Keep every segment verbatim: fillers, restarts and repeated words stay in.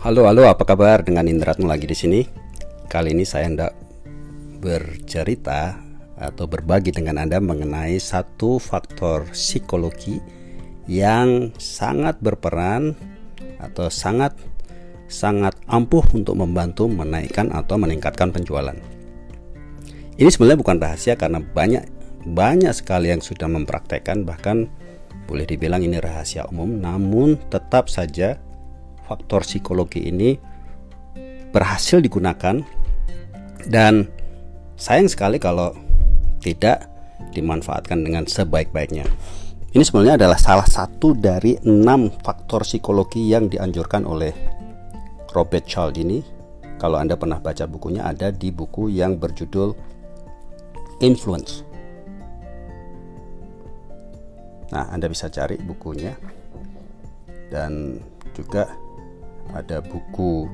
Halo, halo, apa kabar? Dengan Indratmu lagi di sini. Kali ini saya hendak bercerita atau berbagi dengan Anda mengenai satu faktor psikologi yang sangat berperan atau sangat sangat ampuh untuk membantu menaikkan atau meningkatkan penjualan. Ini sebenarnya bukan rahasia karena banyak banyak sekali yang sudah mempraktekkan, bahkan boleh dibilang ini rahasia umum, namun tetap saja faktor psikologi ini berhasil digunakan dan sayang sekali kalau tidak dimanfaatkan dengan sebaik-baiknya. Ini sebenarnya adalah salah satu dari enam faktor psikologi yang dianjurkan oleh Robert Cialdini. Kalau Anda pernah baca bukunya, ada di buku yang berjudul Influence. Nah, Anda bisa cari bukunya. Dan juga ada buku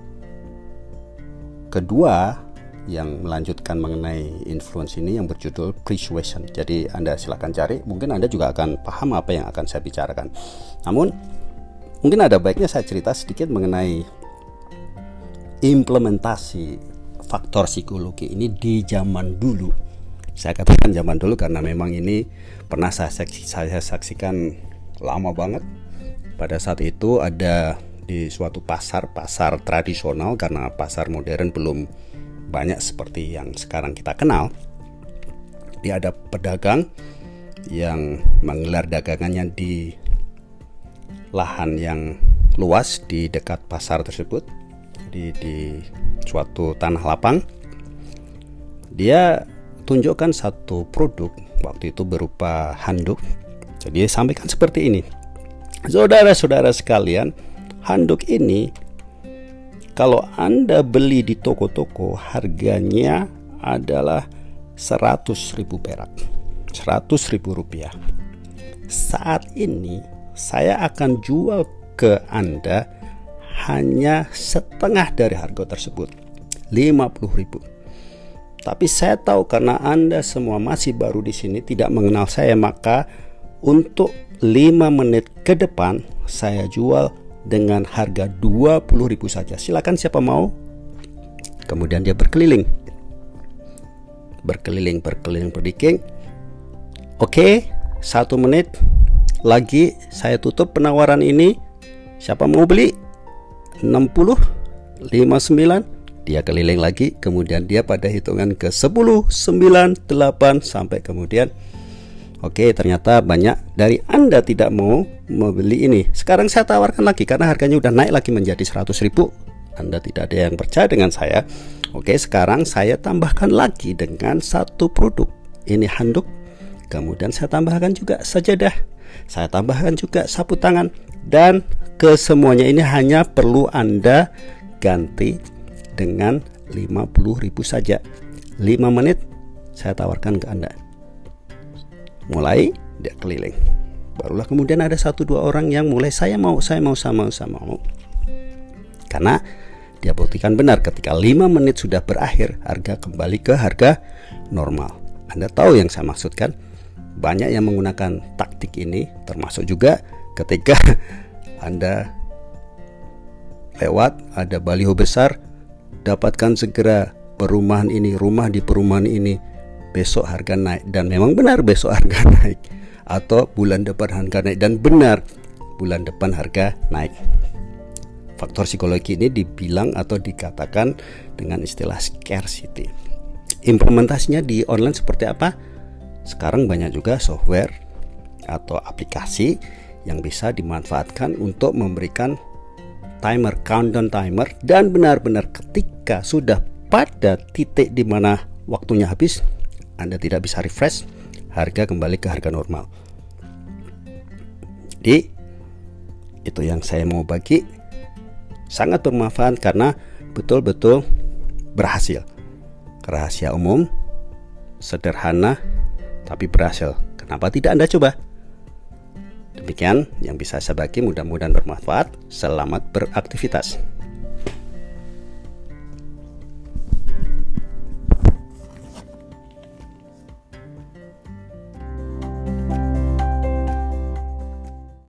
kedua yang melanjutkan mengenai influence ini yang berjudul Persuasion. Jadi Anda silakan cari, mungkin Anda juga akan paham apa yang akan saya bicarakan. Namun mungkin ada baiknya saya cerita sedikit mengenai implementasi faktor psikologi ini di zaman dulu. Saya katakan zaman dulu karena memang ini pernah saya, saya saksikan lama banget. Pada saat itu ada di suatu pasar, pasar tradisional, karena pasar modern belum banyak seperti yang sekarang kita kenal. Dia ada pedagang yang menggelar dagangannya di lahan yang luas di dekat pasar tersebut, di, di suatu tanah lapang. Dia tunjukkan satu produk waktu itu berupa handuk. Jadi dia sampaikan seperti ini: saudara-saudara sekalian, handuk ini kalau Anda beli di toko-toko harganya adalah seratus ribu perak, seratus ribu rupiah. Saat ini saya akan jual ke Anda hanya setengah dari harga tersebut, lima puluh ribu. Tapi saya tahu karena Anda semua masih baru di sini, tidak mengenal saya, maka untuk lima menit ke depan saya jual dengan harga dua puluh ribu saja. Silakan siapa mau. Kemudian dia berkeliling. Berkeliling, berkeliling, berdiking. Oke, satu menit lagi saya tutup penawaran ini. Siapa mau beli? enam puluh, lima puluh sembilan. Dia keliling lagi. Kemudian dia pada hitungan ke sepuluh, sembilan, delapan sampai kemudian oke, ternyata banyak dari Anda tidak mau membeli ini. Sekarang saya tawarkan lagi karena harganya udah naik lagi menjadi seratus ribu. Anda tidak ada yang percaya dengan saya. Oke, sekarang saya tambahkan lagi dengan satu produk. Ini handuk. Kemudian saya tambahkan juga sajadah. Saya tambahkan juga sapu tangan. Dan kesemuanya ini hanya perlu Anda ganti dengan lima puluh ribu saja. lima menit saya tawarkan ke Anda. Mulai dia keliling. Barulah kemudian ada satu dua orang yang mulai saya mau, saya mau, sama, sama mau. Karena dia buktikan benar ketika lima menit sudah berakhir, harga kembali ke harga normal. Anda tahu yang saya maksudkan? Banyak yang menggunakan taktik ini, termasuk juga ketika Anda lewat ada baliho besar, dapatkan segera perumahan ini, rumah di perumahan ini. Besok harga naik, dan memang benar besok harga naik, atau bulan depan harga naik, dan benar bulan depan harga naik. Faktor psikologi ini dibilang atau dikatakan dengan istilah scarcity. Implementasinya di online seperti apa? Sekarang banyak juga software atau aplikasi yang bisa dimanfaatkan untuk memberikan timer, countdown timer, dan benar-benar ketika sudah pada titik di mana waktunya habis, Anda tidak bisa refresh, harga kembali ke harga normal. Jadi itu yang saya mau bagi, sangat bermanfaat karena betul-betul berhasil. Rahasia umum, sederhana, tapi berhasil. Kenapa tidak Anda coba? Demikian yang bisa saya bagi, mudah-mudahan bermanfaat. Selamat beraktivitas.